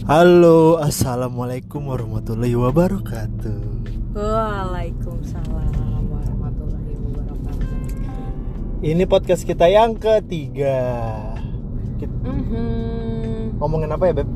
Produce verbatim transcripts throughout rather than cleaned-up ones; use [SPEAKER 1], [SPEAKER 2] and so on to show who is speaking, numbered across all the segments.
[SPEAKER 1] Halo, assalamualaikum warahmatullahi wabarakatuh.
[SPEAKER 2] Waalaikumsalam warahmatullahi wabarakatuh.
[SPEAKER 1] Ini podcast kita yang ketiga. Kita
[SPEAKER 2] Mm-hmm.
[SPEAKER 1] ngomongin apa ya, Beb?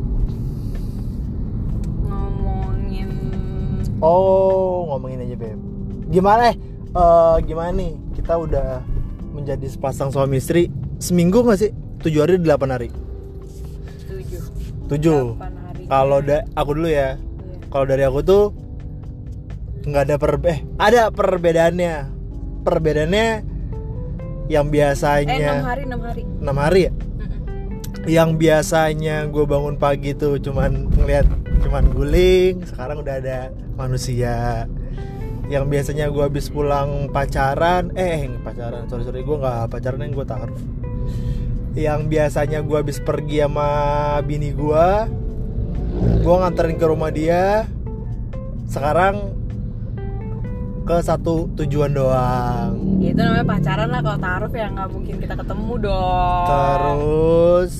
[SPEAKER 2] Ngomongin
[SPEAKER 1] Oh, ngomongin aja, Beb. Gimana eh? Uh, gimana nih? Kita udah menjadi sepasang suami istri seminggu nggak sih? Tujuh hari, delapan hari?
[SPEAKER 2] tujuh.
[SPEAKER 1] Tujuh. Kalau da- aku dulu ya.
[SPEAKER 2] Iya.
[SPEAKER 1] Kalau dari aku tuh nggak ada per eh ada perbedaannya. Perbedaannya yang biasanya
[SPEAKER 2] Eh enam hari, enam hari.
[SPEAKER 1] enam hari ya.
[SPEAKER 2] Mm-mm.
[SPEAKER 1] Yang biasanya gue bangun pagi tuh cuman ngeliat cuman guling, sekarang udah ada manusia. Yang biasanya gue habis pulang pacaran, eh pacaran, sorry sorry gue nggak pacaran, yang gue taruh. Yang biasanya gue habis pergi sama bini gue, gue nganterin ke rumah dia. Sekarang ke satu tujuan doang.
[SPEAKER 2] Ya, itu namanya pacaran lah. Kalau taruh ya nggak mungkin kita ketemu dong.
[SPEAKER 1] Terus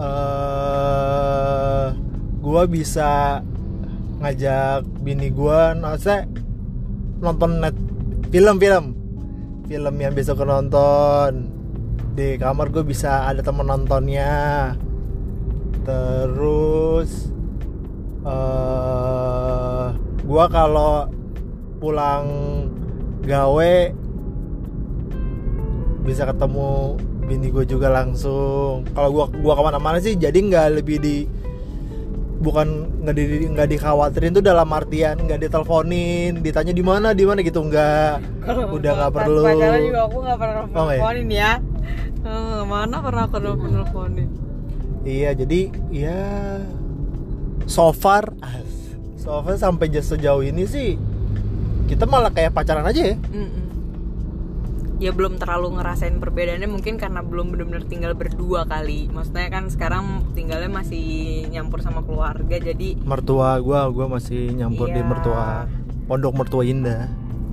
[SPEAKER 1] uh, gue bisa ngajak bini gue nase nonton net film-film film yang biasa gue nonton di kamar, gue bisa ada temen nontonnya. Terus uh, gue kalau pulang gawe bisa ketemu bini gue juga langsung. Kalau gue gue kemana-mana sih jadi nggak lebih di bukan nggak di nggak dikhawatirin tuh dalam artian nggak diteleponin ditanya di mana di mana gitu, nggak. Udah nggak perlu.
[SPEAKER 2] Pacaran juga aku nggak pernah
[SPEAKER 1] Oh, nggak ya?
[SPEAKER 2] teleponin ya. Eh, mana pernah aku teleponin?
[SPEAKER 1] Iya, jadi ya so far so far sampai sejauh ini sih kita malah kayak pacaran aja ya.
[SPEAKER 2] Mm-mm. Ya belum terlalu ngerasain perbedaannya, mungkin karena belum benar-benar tinggal berdua kali. Maksudnya kan sekarang tinggalnya masih nyampur sama keluarga, jadi
[SPEAKER 1] Mertua gue gue masih nyampur di
[SPEAKER 2] Iya.
[SPEAKER 1] mertua Pondok Mertua Indah.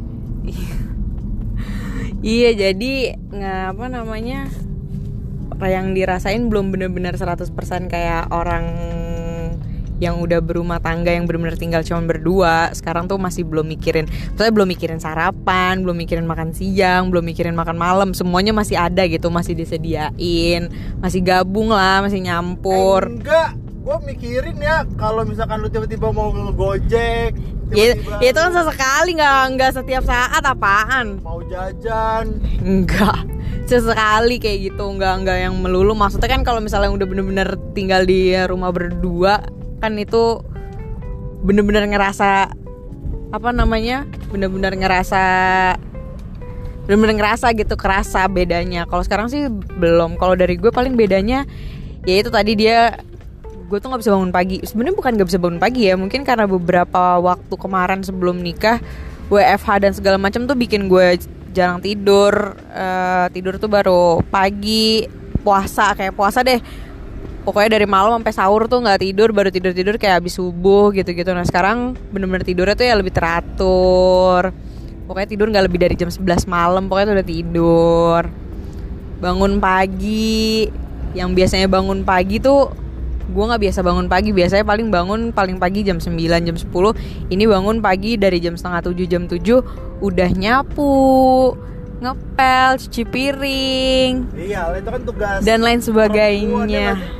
[SPEAKER 2] iya jadi nggak apa namanya yang dirasain belum benar-benar seratus persen kayak orang yang udah berumah tangga yang benar-benar tinggal cuma berdua. Sekarang tuh masih belum mikirin, maksudnya belum mikirin sarapan, belum mikirin makan siang, belum mikirin makan malam, semuanya masih ada gitu, masih disediain, masih gabung lah, masih nyampur.
[SPEAKER 1] Eh, enggak, gue mikirin ya kalau misalkan lu tiba-tiba mau ngegojek,
[SPEAKER 2] Ya,
[SPEAKER 1] tiba-tiba
[SPEAKER 2] ya itu kan sesekali, nggak nggak setiap saat. Apaan?
[SPEAKER 1] mau jajan.
[SPEAKER 2] Enggak, sesekali kayak gitu, nggak nggak yang melulu. Maksudnya kan kalau misalnya udah bener-bener tinggal di rumah berdua kan itu bener-bener ngerasa apa namanya, bener-bener ngerasa bener-bener ngerasa gitu, kerasa bedanya. Kalau sekarang sih belum. Kalau dari gue paling bedanya ya itu tadi, dia gue tuh nggak bisa bangun pagi. Sebenarnya bukan nggak bisa bangun pagi ya, mungkin karena beberapa waktu kemarin sebelum nikah W F H dan segala macam tuh bikin gue jarang tidur. Uh, tidur tuh baru pagi, puasa kayak puasa deh. Pokoknya dari malam sampai sahur tuh nggak tidur, baru tidur tidur kayak habis subuh gitu-gitu. Nah sekarang bener-bener tidurnya tuh ya lebih teratur. Pokoknya tidur nggak lebih dari jam sebelas malam, pokoknya tuh udah tidur. Bangun pagi, yang biasanya bangun pagi tuh gue nggak biasa bangun pagi. Biasanya paling bangun paling pagi jam sembilan, jam sepuluh. Ini bangun pagi dari jam setengah tujuh, jam tujuh udah nyapu, ngepel, cuci piring,
[SPEAKER 1] Iya, itu kan tugas
[SPEAKER 2] dan lain
[SPEAKER 1] perempuan, ya
[SPEAKER 2] sebagainya.
[SPEAKER 1] nggak sih?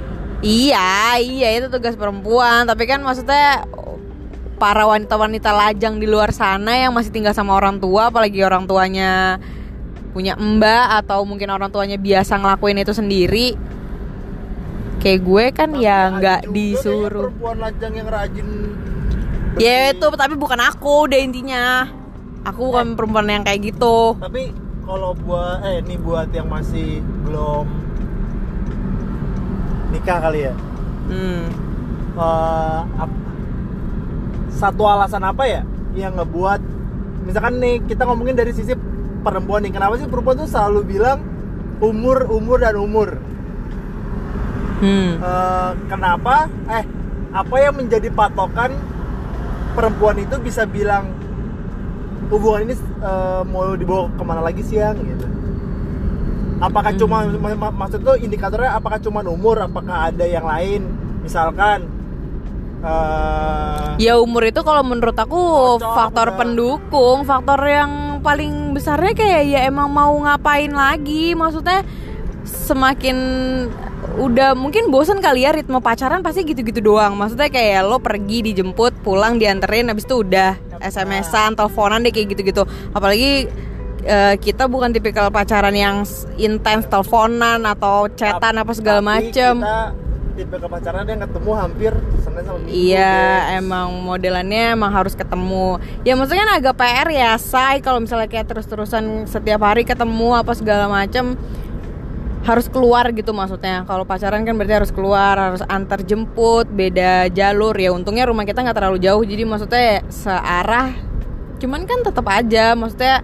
[SPEAKER 2] Iya, iya itu tugas perempuan. Tapi kan maksudnya para wanita-wanita lajang di luar sana yang masih tinggal sama orang tua, apalagi orang tuanya punya mbak atau mungkin orang tuanya biasa ngelakuin itu sendiri, kayak gue kan
[SPEAKER 1] Tapi
[SPEAKER 2] ya
[SPEAKER 1] ada
[SPEAKER 2] nggak
[SPEAKER 1] juga
[SPEAKER 2] disuruh.
[SPEAKER 1] kayaknya perempuan lajang yang rajin bersih.
[SPEAKER 2] Ya itu, tapi bukan aku deh intinya. Aku bukan perempuan yang kayak gitu.
[SPEAKER 1] Tapi kalau buat eh ini buat yang masih belum nikah kali ya.
[SPEAKER 2] Hmm.
[SPEAKER 1] Uh, ap- satu alasan apa ya yang ngebuat, misalkan nih kita ngomongin dari sisi perempuan nih, kenapa sih perempuan tuh selalu bilang umur umur dan umur?
[SPEAKER 2] Hmm.
[SPEAKER 1] Uh, kenapa? Eh, apa yang menjadi patokan perempuan itu bisa bilang hubungan ini uh, mau dibawa kemana lagi siang gitu? Apakah
[SPEAKER 2] Hmm.
[SPEAKER 1] cuma mak- maksud tuh indikatornya apakah cuma umur, apakah ada yang lain? Misalkan uh,
[SPEAKER 2] Ya umur itu kalau menurut aku
[SPEAKER 1] Cocok,
[SPEAKER 2] faktor
[SPEAKER 1] udah.
[SPEAKER 2] pendukung, faktor yang paling besarnya kayak ya emang mau ngapain lagi. Maksudnya semakin udah mungkin bosan kali ya ritme pacaran pasti gitu-gitu doang. Maksudnya kayak lo pergi dijemput, pulang dianterin, habis itu udah S M S-an, teleponan deh kayak gitu-gitu. Apalagi eh, kita bukan tipikal pacaran yang s- intens teleponan atau chatan apa segala
[SPEAKER 1] tapi
[SPEAKER 2] macem.
[SPEAKER 1] Kita tipe pacaran yang ketemu hampir Senin sama Minggu.
[SPEAKER 2] Iya,
[SPEAKER 1] guys.
[SPEAKER 2] emang modelannya emang harus ketemu. Ya maksudnya kan agak P R ya, say kalau misalnya kayak terus-terusan setiap hari ketemu apa segala macam harus keluar gitu maksudnya. Kalau pacaran kan berarti harus keluar, harus antar jemput, beda jalur. Ya untungnya rumah kita nggak terlalu jauh, jadi maksudnya ya searah. Cuman kan tetap aja, maksudnya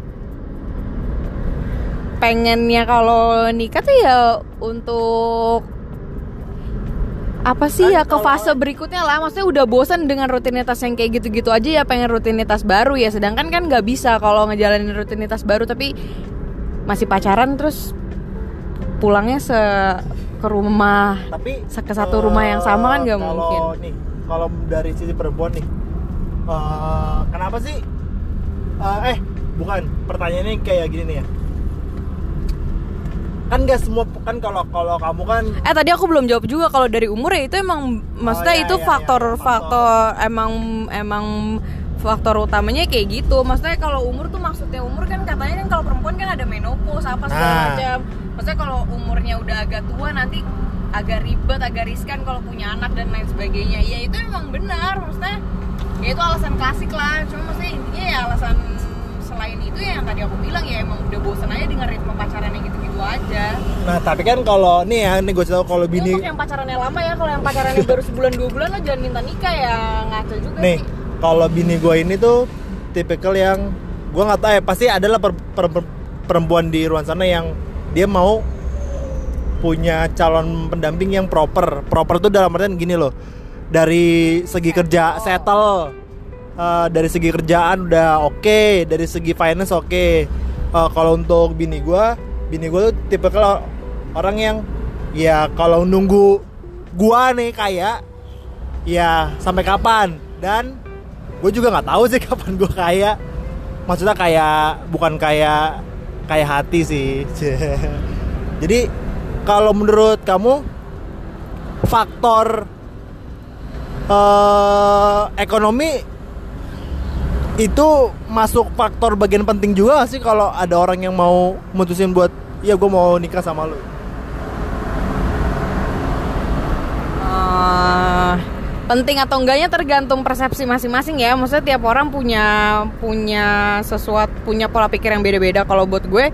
[SPEAKER 2] pengennya kalau nikah tuh ya untuk apa sih
[SPEAKER 1] Kan
[SPEAKER 2] ya ke
[SPEAKER 1] kalau-
[SPEAKER 2] fase berikutnya lah. Maksudnya udah bosan dengan rutinitas yang kayak gitu-gitu aja, ya pengen rutinitas baru ya. Sedangkan kan nggak bisa kalau ngejalanin rutinitas baru tapi masih pacaran terus pulangnya se ke rumah
[SPEAKER 1] Tapi
[SPEAKER 2] se- ke satu rumah yang sama kan nggak
[SPEAKER 1] kalau
[SPEAKER 2] mungkin.
[SPEAKER 1] nih, kalau dari sisi perempuan nih, eh, kenapa sih? Eh, eh, bukan. Pertanyaannya kayak gini nih ya. Kan nggak semua, kan kalau kalau kamu kan
[SPEAKER 2] Eh tadi aku belum jawab juga kalau dari umur ya itu emang maksudnya
[SPEAKER 1] iya,
[SPEAKER 2] itu
[SPEAKER 1] iya,
[SPEAKER 2] faktor
[SPEAKER 1] iya, faktor.
[SPEAKER 2] faktor emang emang faktor utamanya kayak gitu. Maksudnya kalau umur tuh maksudnya umur kan katanya kan kalau perempuan kan ada menopause apa segala
[SPEAKER 1] Nah.
[SPEAKER 2] macam. Maksudnya kalau umurnya udah agak tua nanti agak ribet, agak riskan kalau punya anak dan lain sebagainya. Ya itu emang benar. Maksudnya ya itu alasan klasik lah. Cuma maksudnya intinya ya alasan selain itu ya yang tadi aku bilang ya emang udah bosan aja dengan ritme pacaran yang gitu-gitu aja.
[SPEAKER 1] nah tapi kan kalau nih ya, nih gue tahu kalau
[SPEAKER 2] Ini
[SPEAKER 1] bini
[SPEAKER 2] untuk yang pacarannya lama ya, kalau yang pacarannya baru sebulan dua bulan lo jangan minta nikah ya, ngaco juga
[SPEAKER 1] nih
[SPEAKER 2] sih.
[SPEAKER 1] kalau bini gue ini tuh tipikal yang gue nggak tahu ya, pasti adalah per- per- per- perempuan di luar sana yang dia mau punya calon pendamping yang proper. Proper tuh dalam artian gini loh, dari segi kerja settle, uh, dari segi kerjaan udah oke, dari segi finance oke. Uh, kalau untuk bini gue, bini gue tuh tipikal orang yang ya kalau nunggu gua nih kayak ya sampai kapan, dan gue juga nggak tahu sih kapan gue kaya. Maksudnya kayak bukan kayak kayak hati sih. Jadi kalau menurut kamu faktor eh, ekonomi itu masuk faktor bagian penting juga gak sih kalau ada orang yang mau mutusin buat ya gue mau nikah sama lu?
[SPEAKER 2] Eh, penting atau enggaknya tergantung persepsi masing-masing ya. Maksudnya tiap orang punya punya sesuatu, punya pola pikir yang beda-beda. Kalau buat gue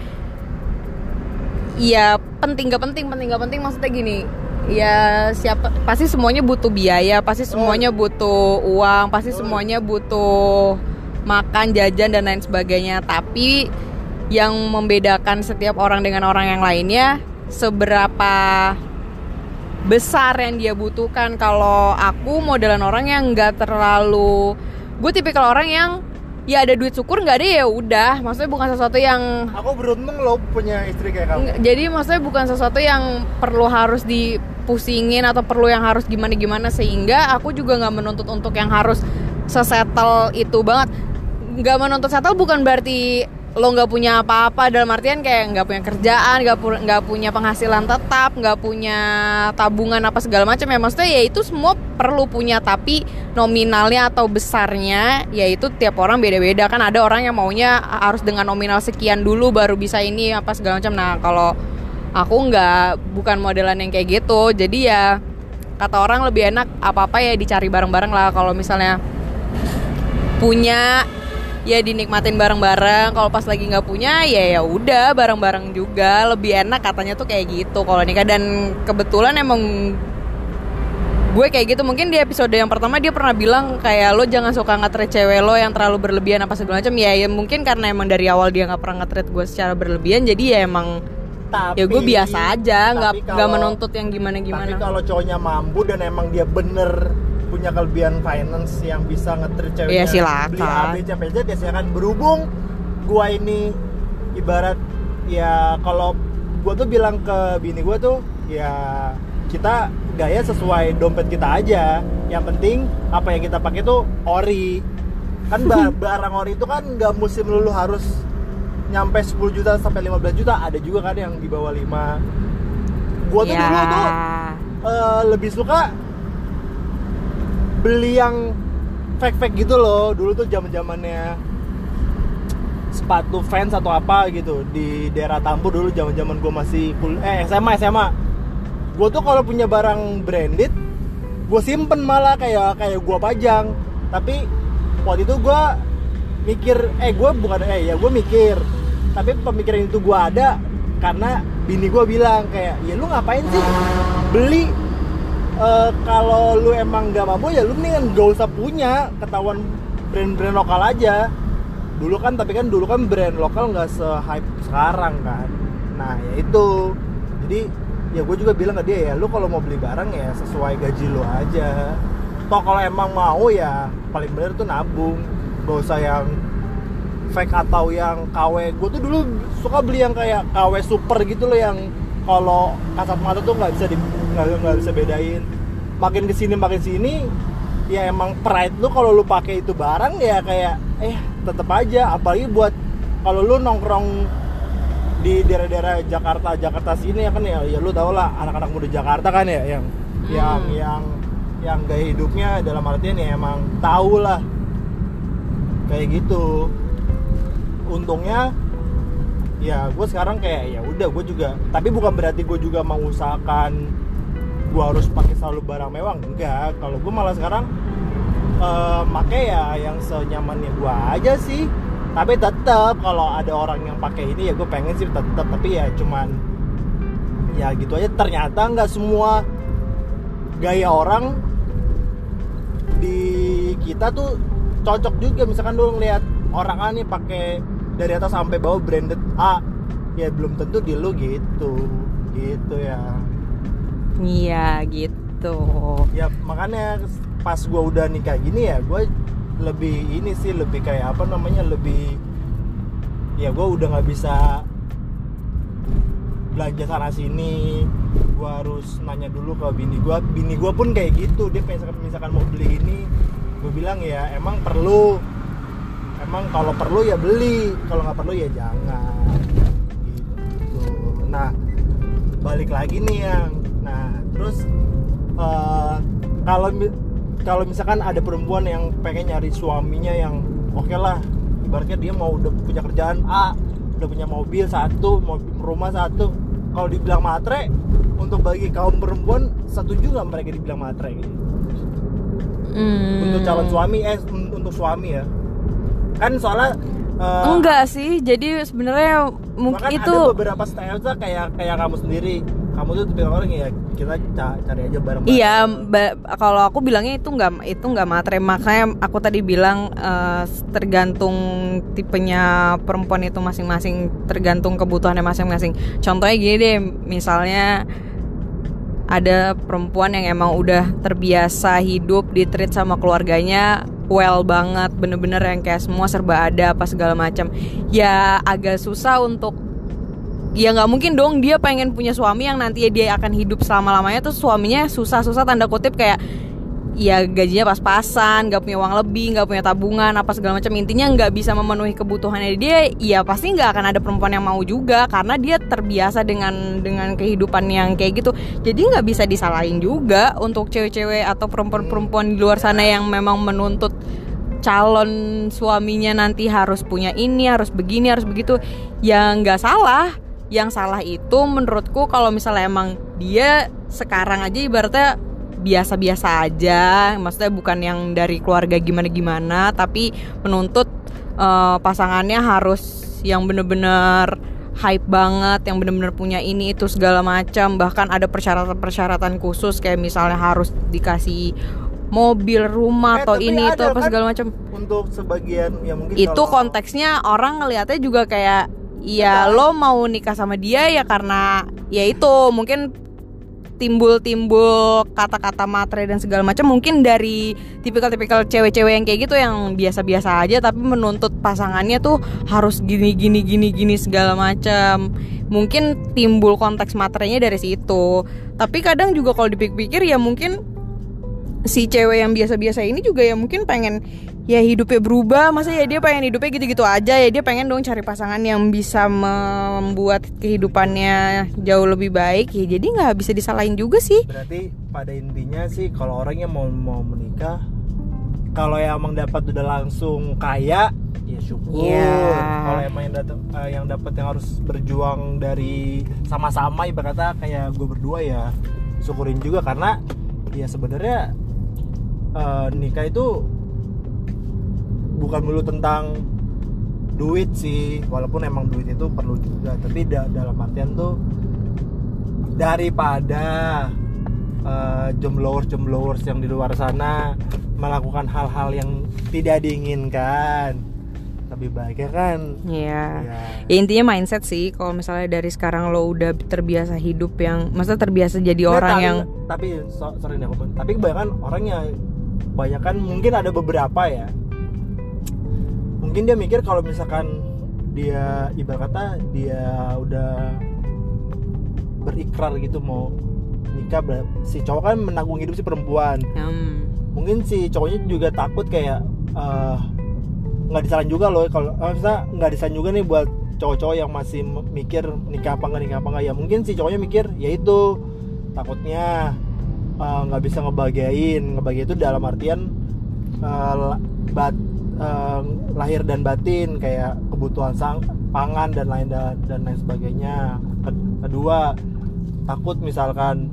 [SPEAKER 2] ya penting gak penting, penting gak penting maksudnya gini. Ya siapa pasti semuanya butuh biaya, pasti semuanya butuh uang, pasti semuanya butuh makan, jajan dan lain sebagainya. Tapi yang membedakan setiap orang dengan orang yang lainnya seberapa besar yang dia butuhkan. Kalau aku modelan orang yang nggak terlalu, gue tipikal orang yang ya ada duit syukur, nggak ada ya udah. Maksudnya bukan sesuatu yang
[SPEAKER 1] Aku beruntung lo punya istri kayak kamu.
[SPEAKER 2] Nggak, jadi maksudnya bukan sesuatu yang perlu harus dipusingin atau perlu yang harus gimana-gimana, sehingga aku juga nggak menuntut untuk yang harus sesettle itu banget. Nggak menuntut settle bukan berarti lo nggak punya apa-apa, dalam artian kayak nggak punya kerjaan, nggak pu- nggak punya penghasilan tetap, nggak punya tabungan apa segala macam ya. Maksudnya ya itu semua perlu punya, tapi nominalnya atau besarnya ya itu tiap orang beda-beda. Kan ada orang yang maunya harus dengan nominal sekian dulu baru bisa ini apa segala macam. Nah kalau aku nggak, bukan modelan yang kayak gitu. Jadi ya kata orang lebih enak apa-apa ya dicari bareng-bareng lah. Kalau misalnya punya ya dinikmatin bareng-bareng, kalau pas lagi nggak punya ya ya udah bareng-bareng juga, lebih enak katanya tuh kayak gitu kalau nikah. Dan kebetulan emang gue kayak gitu. Mungkin di episode yang pertama dia pernah bilang kayak lo jangan suka nge-treat cewek lo yang terlalu berlebihan apa segala macam. Ya, ya mungkin karena emang dari awal dia nggak pernah nge-treat gue secara berlebihan, jadi ya emang
[SPEAKER 1] Tapi,
[SPEAKER 2] ya gue biasa aja, nggak
[SPEAKER 1] tapi
[SPEAKER 2] nggak
[SPEAKER 1] kalau-
[SPEAKER 2] menuntut yang gimana-gimana.
[SPEAKER 1] Tapi kalau cowoknya mampu dan emang dia bener punya kelebihan finance yang bisa nge-treat ceweknya,
[SPEAKER 2] Iya, silakan.
[SPEAKER 1] beli A, B, C, P, Z, ya silakan. Berhubung gua ini ibarat ya, kalau gua tuh bilang ke bini gua tuh ya kita gaya sesuai dompet kita aja. Yang penting apa yang kita pakai tuh ori. Kan barang ori itu kan nggak mesti melulu harus nyampe sepuluh juta sampai lima belas juta, ada juga kan yang di bawah lima. Gua tuh
[SPEAKER 2] ya.
[SPEAKER 1] dulu tuh uh, lebih suka beli yang fake-fake gitu loh. Dulu tuh zaman-zamannya sepatu Vans atau apa gitu di daerah Tambun dulu, zaman-zaman gua masih kul- eh S M A S M A. Gua tuh kalau punya barang branded, gua simpen malah kayak kayak gua pajang. Tapi waktu itu gue mikir, eh gue bukan, eh ya gue mikir, tapi pemikiran itu gue ada karena bini gue bilang kayak, ya lu ngapain sih beli, uh, kalau lu emang gak mampu ya lu mendingan gak usah punya, ketahuan brand-brand lokal aja. Dulu kan, tapi kan dulu kan brand lokal gak se-hype sekarang kan. Nah ya itu, jadi ya gue juga bilang ke dia, ya lu kalau mau beli barang ya sesuai gaji lu aja. Toh kalau emang mau ya paling bener tuh nabung, gak usah yang fake atau yang K W. Gue tuh dulu suka beli yang kayak K W super gitu loh, yang kalau kasat mata tuh nggak bisa di nggak bisa bedain. Makin kesini makin sini ya emang pride lu kalau lu pakai itu barang ya kayak eh tetep aja. Apalagi buat kalau lu nongkrong di daerah-daerah Jakarta Jakarta sini ya kan ya, ya lu tau lah anak-anak muda Jakarta kan ya yang hmm. yang yang yang gaya hidupnya dalam artian ya emang tahu lah kayak gitu. Untungnya ya gue sekarang kayak ya udah gue juga, tapi bukan berarti gue juga mau usahakan gue harus pakai selalu barang mewah, enggak. Kalau gue malah sekarang uh, pakai ya yang senyamannya gue aja sih. Tapi tetap kalau ada orang yang pakai ini ya gue pengen sih tetap, tapi ya cuman ya gitu aja. Ternyata nggak semua gaya orang di kita tuh cocok juga. Misalkan lu ngeliat orang A nih pakai dari atas sampai bawah branded A, ya belum tentu di lu gitu gitu ya.
[SPEAKER 2] Iya gitu
[SPEAKER 1] ya. Makanya pas gue udah nikah gini ya gue lebih ini sih, lebih kayak apa namanya, lebih ya gue udah nggak bisa belanja sana sini. Gue harus nanya dulu ke bini gue. Bini gue pun kayak gitu, dia misalkan, misalkan mau beli ini, gue bilang ya emang perlu, emang kalau perlu ya beli, kalau nggak perlu ya jangan gitu. Nah balik lagi nih yang, nah terus uh, kalau kalau misalkan ada perempuan yang pengen nyari suaminya yang oke okay lah, ibaratnya dia mau udah punya kerjaan A, udah punya mobil satu, mobil rumah satu, kalau dibilang matre, untuk bagi kaum perempuan setuju nggak mereka dibilang matre gitu? Hmm. Untuk calon suami, eh untuk suami ya, kan soalnya uh,
[SPEAKER 2] enggak sih. Jadi sebenarnya mungkin itu
[SPEAKER 1] ada beberapa style tuh kayak kayak kamu sendiri. Kamu tuh tipe orang ya kita cari aja bareng-bareng.
[SPEAKER 2] Iya, ba- kalau aku bilangnya itu nggak itu nggak matre. Makanya aku tadi bilang uh, tergantung tipenya perempuan itu masing-masing, tergantung kebutuhannya masing-masing. Contohnya gini deh, misalnya ada perempuan yang emang udah terbiasa hidup di treat sama keluarganya well banget, bener-bener yang kayak semua serba ada apa segala macam. Ya agak susah untuk, ya nggak mungkin dong dia pengen punya suami yang nanti dia akan hidup selama-lamanya, terus suaminya susah-susah tanda kutip kayak ya gajinya pas-pasan, nggak punya uang lebih, nggak punya tabungan apa segala macam, intinya nggak bisa memenuhi kebutuhannya dia. Ya pasti nggak akan ada perempuan yang mau juga karena dia terbiasa dengan dengan kehidupan yang kayak gitu. Jadi nggak bisa disalahin juga untuk cewek-cewek atau perempuan-perempuan di luar sana yang memang menuntut calon suaminya nanti harus punya ini, harus begini, harus begitu. Ya nggak salah. Yang salah itu menurutku kalau misalnya emang dia sekarang aja ibaratnya biasa-biasa aja, maksudnya bukan yang dari keluarga gimana-gimana, tapi menuntut uh, pasangannya harus yang bener-bener hype banget, yang bener-bener punya ini itu segala macam. Bahkan ada persyaratan-persyaratan khusus kayak misalnya harus dikasih mobil, rumah, eh, atau ini itu apa kan segala macam.
[SPEAKER 1] Untuk sebagian ya mungkin
[SPEAKER 2] itu kalau konteksnya orang ngelihatnya juga kayak ya lo mau nikah sama dia ya karena ya itu mungkin timbul-timbul kata-kata matre dan segala macam mungkin dari tipikal-tipikal cewek-cewek yang kayak gitu yang biasa-biasa aja tapi menuntut pasangannya tuh harus gini gini gini gini segala macam. Mungkin timbul konteks materenya dari situ. Tapi kadang juga kalau dipikir-pikir ya mungkin si cewek yang biasa-biasa ini juga ya mungkin pengen ya hidupnya berubah. Masa ya dia pengen hidupnya gitu-gitu aja, ya dia pengen dong cari pasangan yang bisa membuat kehidupannya jauh lebih baik. Ya jadi nggak bisa disalahin juga sih.
[SPEAKER 1] Berarti pada intinya sih kalau orang yang mau mau menikah, kalau yang emang dapat udah langsung kaya ya syukur.
[SPEAKER 2] Yeah.
[SPEAKER 1] Kalau emang yang dapat uh, yang dapat yang harus berjuang dari sama-sama ibaratnya kayak gue berdua ya syukurin juga, karena ya sebenarnya uh, nikah itu bukan melulu tentang duit sih, walaupun emang duit itu perlu juga, tapi da- dalam artian tuh daripada uh, jombloers-jombloers yang di luar sana melakukan hal-hal yang tidak diinginkan, lebih baiknya kan
[SPEAKER 2] Iya.
[SPEAKER 1] ya,
[SPEAKER 2] Ya intinya mindset sih. Kalau misalnya dari sekarang lo udah terbiasa hidup yang, maksudnya terbiasa jadi
[SPEAKER 1] Nggak,
[SPEAKER 2] orang
[SPEAKER 1] tapi,
[SPEAKER 2] yang
[SPEAKER 1] tapi so, sorry nih aku, tapi kebanyakan orangnya kebanyakan mungkin ada beberapa ya, mungkin dia mikir kalau misalkan dia ibarat kata dia udah berikrar gitu mau nikah, si cowok kan menanggung hidup si perempuan.
[SPEAKER 2] hmm,
[SPEAKER 1] Mungkin si cowoknya juga takut kayak uh, nggak disalahin juga loh kalau uh, misalnya nggak disalahin juga nih buat cowok-cowok yang masih mikir nikah apa nggak nikah apa nggak, ya mungkin si cowoknya mikir ya itu takutnya nggak uh, bisa ngebahagiain ngebahagiain itu dalam artian uh, bat uh, lahir dan batin kayak kebutuhan sang pangan dan lain dan, dan lain sebagainya. Kedua, takut misalkan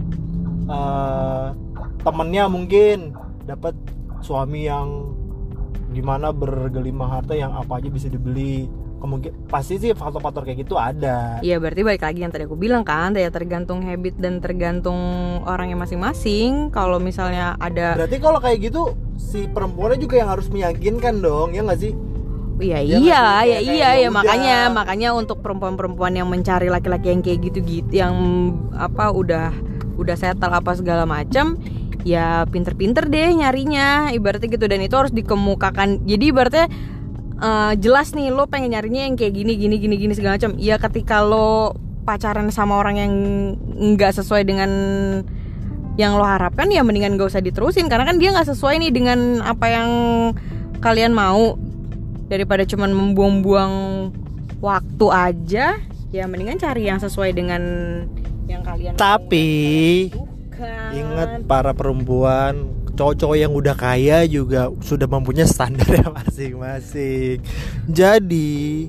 [SPEAKER 1] uh, temennya mungkin dapat suami yang gimana bergelimang harta yang apa aja bisa dibeli. Kemungkin pasti sih faktor-faktor kayak gitu ada.
[SPEAKER 2] Iya berarti balik lagi yang tadi aku bilang kan, ya tergantung habit dan tergantung orangnya masing-masing. Kalau misalnya ada,
[SPEAKER 1] berarti kalau kayak gitu si perempuannya juga yang harus meyakinkan dong, ya nggak sih?
[SPEAKER 2] Iya
[SPEAKER 1] Ya
[SPEAKER 2] iya
[SPEAKER 1] nggak sih?
[SPEAKER 2] ya
[SPEAKER 1] Kayak-
[SPEAKER 2] iya
[SPEAKER 1] kayak
[SPEAKER 2] ya
[SPEAKER 1] udah.
[SPEAKER 2] makanya makanya untuk perempuan-perempuan yang mencari laki-laki yang kayak gitu-gitu, yang apa udah udah settle apa segala macam, ya pinter-pinter deh nyarinya ibaratnya gitu, dan itu harus dikemukakan. Jadi ibaratnya uh, jelas nih lo pengen nyarinya yang kayak gini gini gini gini segala macam. Ya ketika lo pacaran sama orang yang nggak sesuai dengan yang lo harapkan, ya mendingan gak usah diterusin, karena kan dia nggak sesuai nih dengan apa yang kalian mau. Daripada cuman membuang-buang waktu aja, ya mendingan cari yang sesuai dengan yang kalian mau,
[SPEAKER 1] Tapi
[SPEAKER 2] yang kalian suka.
[SPEAKER 1] ingat para perempuan, cowok-cowok yang udah kaya juga sudah mempunyai standarnya masing-masing. Jadi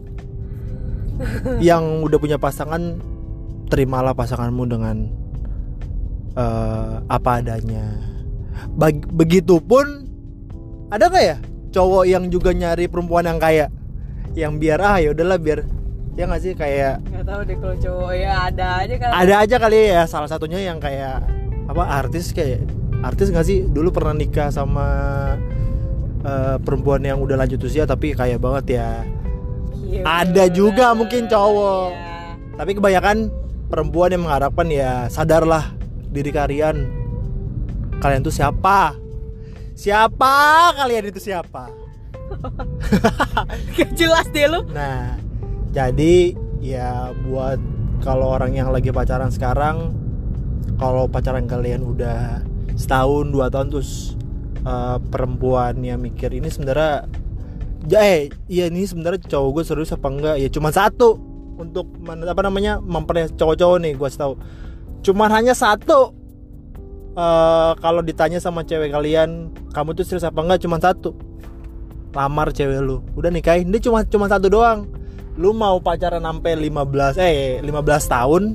[SPEAKER 1] yang udah punya pasangan, terimalah pasanganmu dengan uh, apa adanya. Bag- begitupun ada nggak ya cowok yang juga nyari perempuan yang kaya, yang biar ah ya udahlah biar, ya nggak sih, kayak
[SPEAKER 2] Nggak tahu deh kalau cowok ya ada aja kan.
[SPEAKER 1] ada aja kali ya. Salah satunya yang kayak apa, artis, kayak artis nggak sih dulu pernah nikah sama uh, perempuan yang udah lanjut usia tapi kaya banget ya.
[SPEAKER 2] Iya,
[SPEAKER 1] Ada
[SPEAKER 2] bener.
[SPEAKER 1] juga mungkin cowok.
[SPEAKER 2] Iya.
[SPEAKER 1] Tapi kebanyakan perempuan yang mengharapkan ya sadarlah diri kalian. Kalian tuh siapa? Siapa kalian itu siapa?
[SPEAKER 2] Gak jelas deh lu.
[SPEAKER 1] Nah, jadi ya buat kalau orang yang lagi pacaran sekarang, kalau pacaran kalian udah setahun dua tahun terus uh, perempuannya mikir ini sebenarnya, ya, eh iya ini sebenarnya cowok gue serius apa enggak, ya cuma satu untuk men, apa namanya memperlihat cowok-cowok nih gue tahu, cuman hanya satu. Uh, kalau ditanya sama cewek kalian, kamu tuh serius apa enggak, cuma satu, lamar cewek lu, udah nikahin. Dia cuma cuma satu doang. Lu mau pacaran sampai lima belas eh lima belas tahun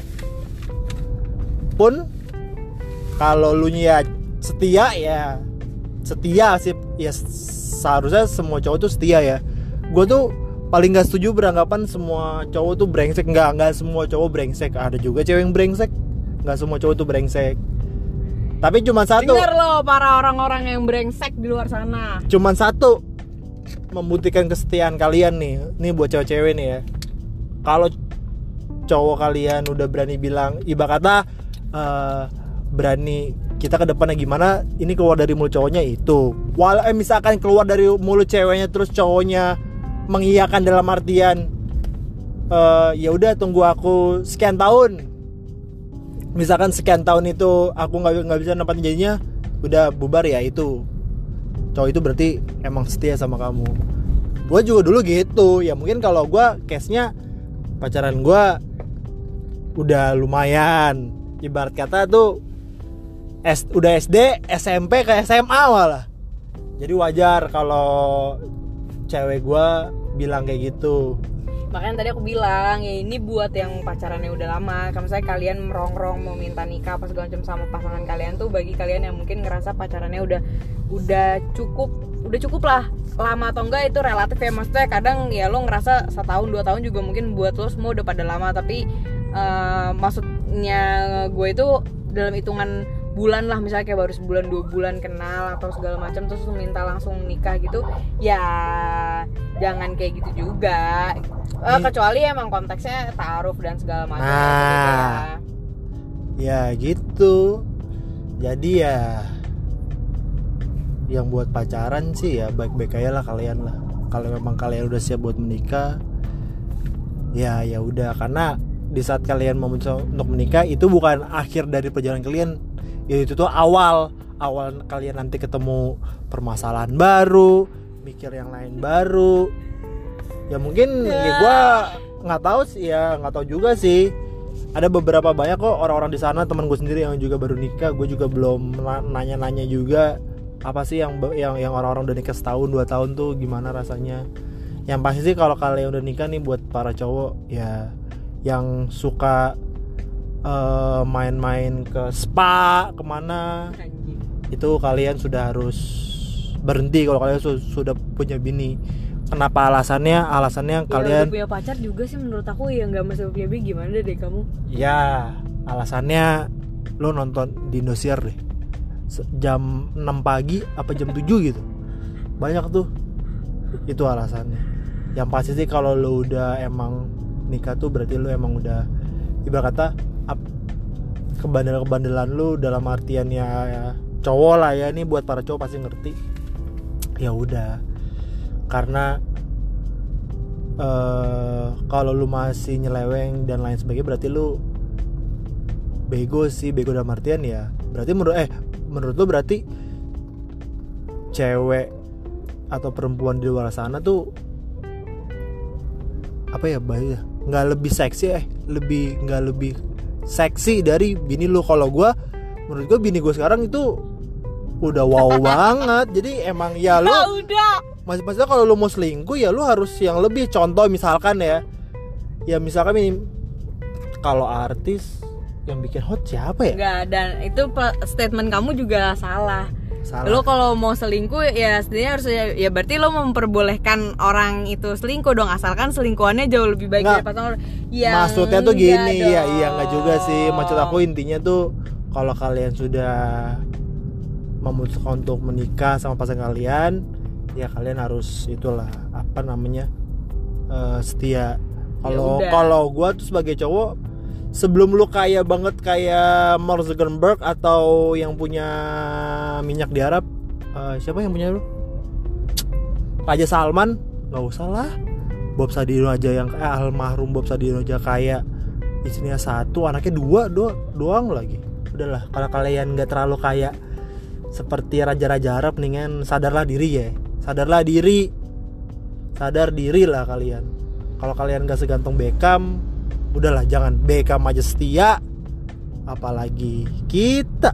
[SPEAKER 1] pun, kalau lu ya setia ya setia sih ya, seharusnya semua cowok tuh setia ya. Gue tuh paling gak setuju beranggapan semua cowok tuh brengsek. Enggak, enggak semua cowok brengsek. Ada juga cewek yang brengsek. Enggak semua cowok tuh brengsek. Tapi cuma satu.
[SPEAKER 2] Dengar lo para orang-orang yang brengsek di luar sana.
[SPEAKER 1] Cuman satu, membuktikan kesetiaan kalian nih. Nih buat cewek-cewek nih ya. Kalau cowok kalian udah berani bilang, ibarat kata uh, berani kita ke depannya gimana, ini keluar dari mulut cowoknya itu. Walau eh, misalkan keluar dari mulut ceweknya terus cowoknya mengiyakan dalam artian uh, ya udah tunggu aku sekian tahun. Misalkan sekian tahun itu aku nggak nggak bisa nempatin janjinya, udah bubar ya itu. Cowok itu berarti emang setia sama kamu. Gue juga dulu gitu. Ya mungkin kalau gue case-nya pacaran gue udah lumayan. Ibarat kata tuh S, udah S D, S M P ke S M A malah. Jadi wajar kalau cewek gue bilang kayak gitu.
[SPEAKER 2] Makanya tadi aku bilang ya ini buat yang pacarannya udah lama. Kalau misalnya kalian merongrong mau minta nikah apa segala macam sama pasangan kalian tuh, bagi kalian yang mungkin ngerasa pacarannya udah udah cukup, udah cukup lah. Lama atau enggak itu relatif ya. Maksudnya kadang ya lo ngerasa setahun dua tahun juga mungkin buat lo semua udah pada lama. Tapi uh, maksudnya gue itu dalam hitungan bulan lah, misalnya kayak baru sebulan dua bulan kenal atau segala macam terus minta langsung nikah gitu, ya jangan kayak gitu juga. Uh, kecuali emang konteksnya taaruf dan segala macam.
[SPEAKER 1] Nah, gitu ya. Ya gitu. Jadi ya yang buat pacaran sih ya baik-baik aja lah kalian lah. Kalau memang kalian udah siap buat menikah, ya ya udah, karena di saat kalian mau mencoba untuk menikah itu bukan akhir dari perjalanan kalian. Ya itu tuh awal awal kalian nanti ketemu permasalahan baru, mikir yang lain baru. Ya mungkin ya, ya gue nggak tahu sih ya nggak tahu juga sih. Ada beberapa banyak kok orang-orang di sana, teman gue sendiri yang juga baru nikah. Gue juga belum nanya-nanya juga apa sih yang yang yang orang-orang udah nikah setahun dua tahun tuh gimana rasanya. Yang pasti sih kalau kalian udah nikah nih, buat para cowok ya yang suka Uh, main-main ke spa kemana, itu kalian sudah harus berhenti kalau kalian su- sudah punya bini. Kenapa alasannya? Alasannya ya, kalian
[SPEAKER 2] udah punya pacar juga sih menurut aku ya nggak masih punya bini. Gimana deh kamu?
[SPEAKER 1] Ya alasannya lo nonton di Indosiar deh jam enam pagi apa jam tujuh gitu, banyak tuh. Itu alasannya. Yang pasti sih kalau lo udah emang nikah tuh berarti lo emang udah ibarat kata kebandel-kebandelan lu dalam artian ya, ya cowok lah ya, ini buat para cowok pasti ngerti. Ya udah, karena uh, kalau lu masih nyeleweng dan lain sebagainya berarti lu bego sih. Bego dalam artian ya berarti menurut eh menurut lu berarti cewek atau perempuan di luar sana tuh apa ya bahaya, nggak lebih seksi eh lebih nggak lebih seksi dari bini lu. Kalau gue, menurut gue bini gue sekarang itu udah wow banget. Jadi emang ya lu masih maksudnya kalau lu mau selingkuh ya lu harus yang lebih. Contoh misalkan ya, ya misalkan ini kalau artis yang bikin hot siapa ya?
[SPEAKER 2] Enggak, dan itu statement kamu juga salah. Salah. Lo kalau mau selingkuh ya setidaknya harus ya, ya berarti lo memperbolehkan orang itu selingkuh dong, asalkan selingkuhannya jauh lebih baik dari pasangan.
[SPEAKER 1] Maksudnya tuh gini, ya iya nggak juga sih. Maksud aku intinya tuh kalau kalian sudah memutuskan untuk menikah sama pasangan kalian, ya kalian harus itulah apa namanya uh, setia. Kalau kalau gue tuh sebagai cowok, sebelum lu kaya banget kayak Mark Zuckerberg atau yang punya minyak di Arab, uh, siapa yang punya lu? Raja Salman, nggak usah lah. Bob Sadino aja yang eh, almarhum Bob Sadino aja kaya, istrinya satu, anaknya dua do, doang lagi. Udahlah, kalau kalian nggak terlalu kaya seperti raja-raja Arab, mendingan sadarlah diri ya, sadarlah diri, sadar diri lah kalian. Kalau kalian nggak seganteng Beckham, udahlah jangan. Beckham aja setia, apalagi kita.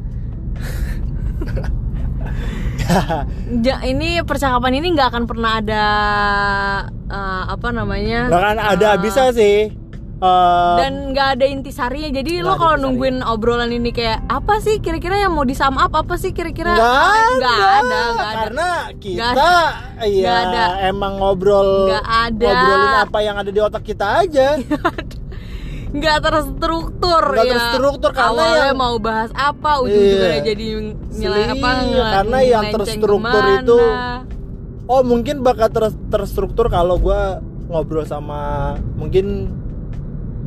[SPEAKER 2] Ja, ini percakapan ini nggak akan pernah ada uh, apa namanya?
[SPEAKER 1] Nggak akan ada uh, bisa sih. Uh,
[SPEAKER 2] dan nggak ada intisarinya. Jadi lo kalau nungguin obrolan ini kayak apa sih kira-kira yang mau di sum up, apa sih kira-kira?
[SPEAKER 1] Nggak ada.
[SPEAKER 2] Nggak ada. Nggak ada.
[SPEAKER 1] Karena kita
[SPEAKER 2] gak ada.
[SPEAKER 1] Iya
[SPEAKER 2] gak ada.
[SPEAKER 1] emang ngobrol.
[SPEAKER 2] Nggak ada.
[SPEAKER 1] Ngobrolin apa yang ada di otak kita aja.
[SPEAKER 2] Nggak terstruktur.
[SPEAKER 1] Nggak
[SPEAKER 2] ya.
[SPEAKER 1] terstruktur karena
[SPEAKER 2] awalnya
[SPEAKER 1] yang
[SPEAKER 2] mau bahas apa, ujung-ujungnya jadi nyelai apa?
[SPEAKER 1] Karena yang terstruktur
[SPEAKER 2] kemana.
[SPEAKER 1] itu, oh mungkin bakal ter- terstruktur kalau gue ngobrol sama mungkin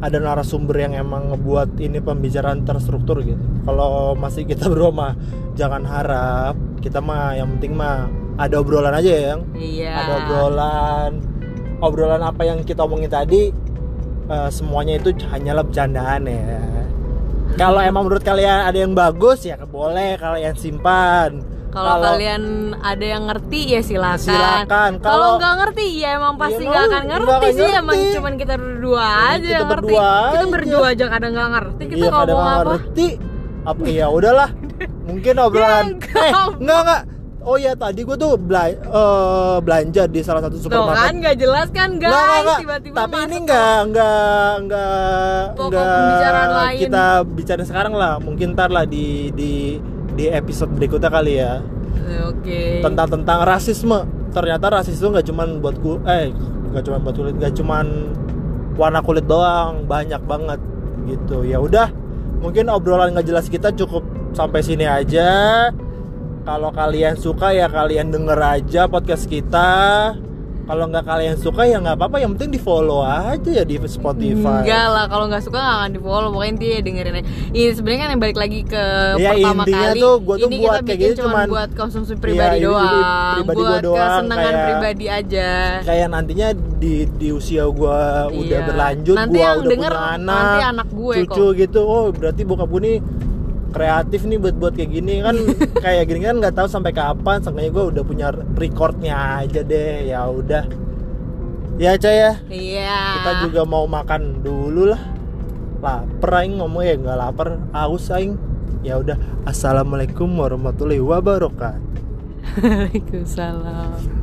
[SPEAKER 1] ada narasumber yang emang ngebuat ini pembicaraan terstruktur gitu. Kalau masih kita berdua mah jangan harap, kita mah yang penting mah ada obrolan aja ya, yang
[SPEAKER 2] Iya.
[SPEAKER 1] ada obrolan, obrolan apa yang kita omongin tadi, uh, semuanya itu hanyalah bercandaan ya. Kalau emang menurut kalian ada yang bagus ya boleh kalian simpan.
[SPEAKER 2] Kalau kalian ada yang ngerti ya silakan.
[SPEAKER 1] Silakan.
[SPEAKER 2] Kalau
[SPEAKER 1] Kalau-
[SPEAKER 2] nggak ngerti ya emang pasti
[SPEAKER 1] Iya,
[SPEAKER 2] nggak akan
[SPEAKER 1] nggak
[SPEAKER 2] ngerti
[SPEAKER 1] akan
[SPEAKER 2] sih.
[SPEAKER 1] ngerti.
[SPEAKER 2] Emang cuman kita berdua aja
[SPEAKER 1] Kita
[SPEAKER 2] yang ngerti.
[SPEAKER 1] berdua
[SPEAKER 2] Kita
[SPEAKER 1] aja.
[SPEAKER 2] berdua aja kadang nggak ngerti. Kita
[SPEAKER 1] Iya, kadang
[SPEAKER 2] ngomong
[SPEAKER 1] nggak
[SPEAKER 2] apa?
[SPEAKER 1] ngerti. Apa ya udahlah. Mungkin obrolan.
[SPEAKER 2] Ya,
[SPEAKER 1] eh, enggak enggak. Oh ya tadi gue tuh bela- eh, belanja di salah satu
[SPEAKER 2] Tuh
[SPEAKER 1] supermarket.
[SPEAKER 2] kan nggak jelas kan guys.
[SPEAKER 1] Nggak, nggak, nggak.
[SPEAKER 2] Tiba-tiba
[SPEAKER 1] Tapi
[SPEAKER 2] masuk
[SPEAKER 1] ini
[SPEAKER 2] ke-
[SPEAKER 1] enggak enggak enggak
[SPEAKER 2] Pokok
[SPEAKER 1] enggak
[SPEAKER 2] pembicaraan lain.
[SPEAKER 1] kita bicara sekarang lah. Mungkin ntar lah di di di episode berikutnya kali ya.
[SPEAKER 2] Oke.
[SPEAKER 1] Tentang tentang rasisme. Ternyata rasis itu nggak cuman buat ku eh nggak cuman buat kulit, nggak cuman warna kulit doang, banyak banget gitu. Ya udah, mungkin obrolan nggak jelas kita cukup sampai sini aja. Kalau kalian suka ya kalian denger aja podcast kita. Kalau nggak kalian suka ya nggak apa-apa, yang penting di follow aja ya di Spotify.
[SPEAKER 2] Enggak lah, kalau nggak suka nggak akan di follow. Pokoknya dia dengerin aja. Ini sebenarnya kan yang balik lagi ke
[SPEAKER 1] Ya,
[SPEAKER 2] pertama
[SPEAKER 1] intinya
[SPEAKER 2] kali.
[SPEAKER 1] tuh gua tuh
[SPEAKER 2] ini
[SPEAKER 1] buat
[SPEAKER 2] kita
[SPEAKER 1] kayak
[SPEAKER 2] bikin
[SPEAKER 1] gitu
[SPEAKER 2] cuman
[SPEAKER 1] cuman-
[SPEAKER 2] buat konsumsi pribadi
[SPEAKER 1] Iya,
[SPEAKER 2] doang.
[SPEAKER 1] pribadi gua
[SPEAKER 2] buat
[SPEAKER 1] doang,
[SPEAKER 2] kesenangan
[SPEAKER 1] kayak-
[SPEAKER 2] pribadi aja.
[SPEAKER 1] Kayak nantinya di di usia gua udah
[SPEAKER 2] Iya.
[SPEAKER 1] berlanjut,
[SPEAKER 2] Nanti
[SPEAKER 1] gua
[SPEAKER 2] yang
[SPEAKER 1] udah
[SPEAKER 2] denger
[SPEAKER 1] punya anak,
[SPEAKER 2] nanti anak gue
[SPEAKER 1] cucu
[SPEAKER 2] kok.
[SPEAKER 1] gitu. Oh berarti bokap gue nih kreatif nih buat buat kayak gini kan. Kayak gini kan nggak tahu sampai kapan. Sangkanya gue udah punya recordnya aja deh. Ya udah ya Cah ya,
[SPEAKER 2] Iya.
[SPEAKER 1] kita juga mau makan dulu lah. Lapar aing ngomong ya, nggak lapar, aus aing. Ya udah, assalamualaikum warahmatullahi wabarakatuh.
[SPEAKER 2] Waalaikumsalam.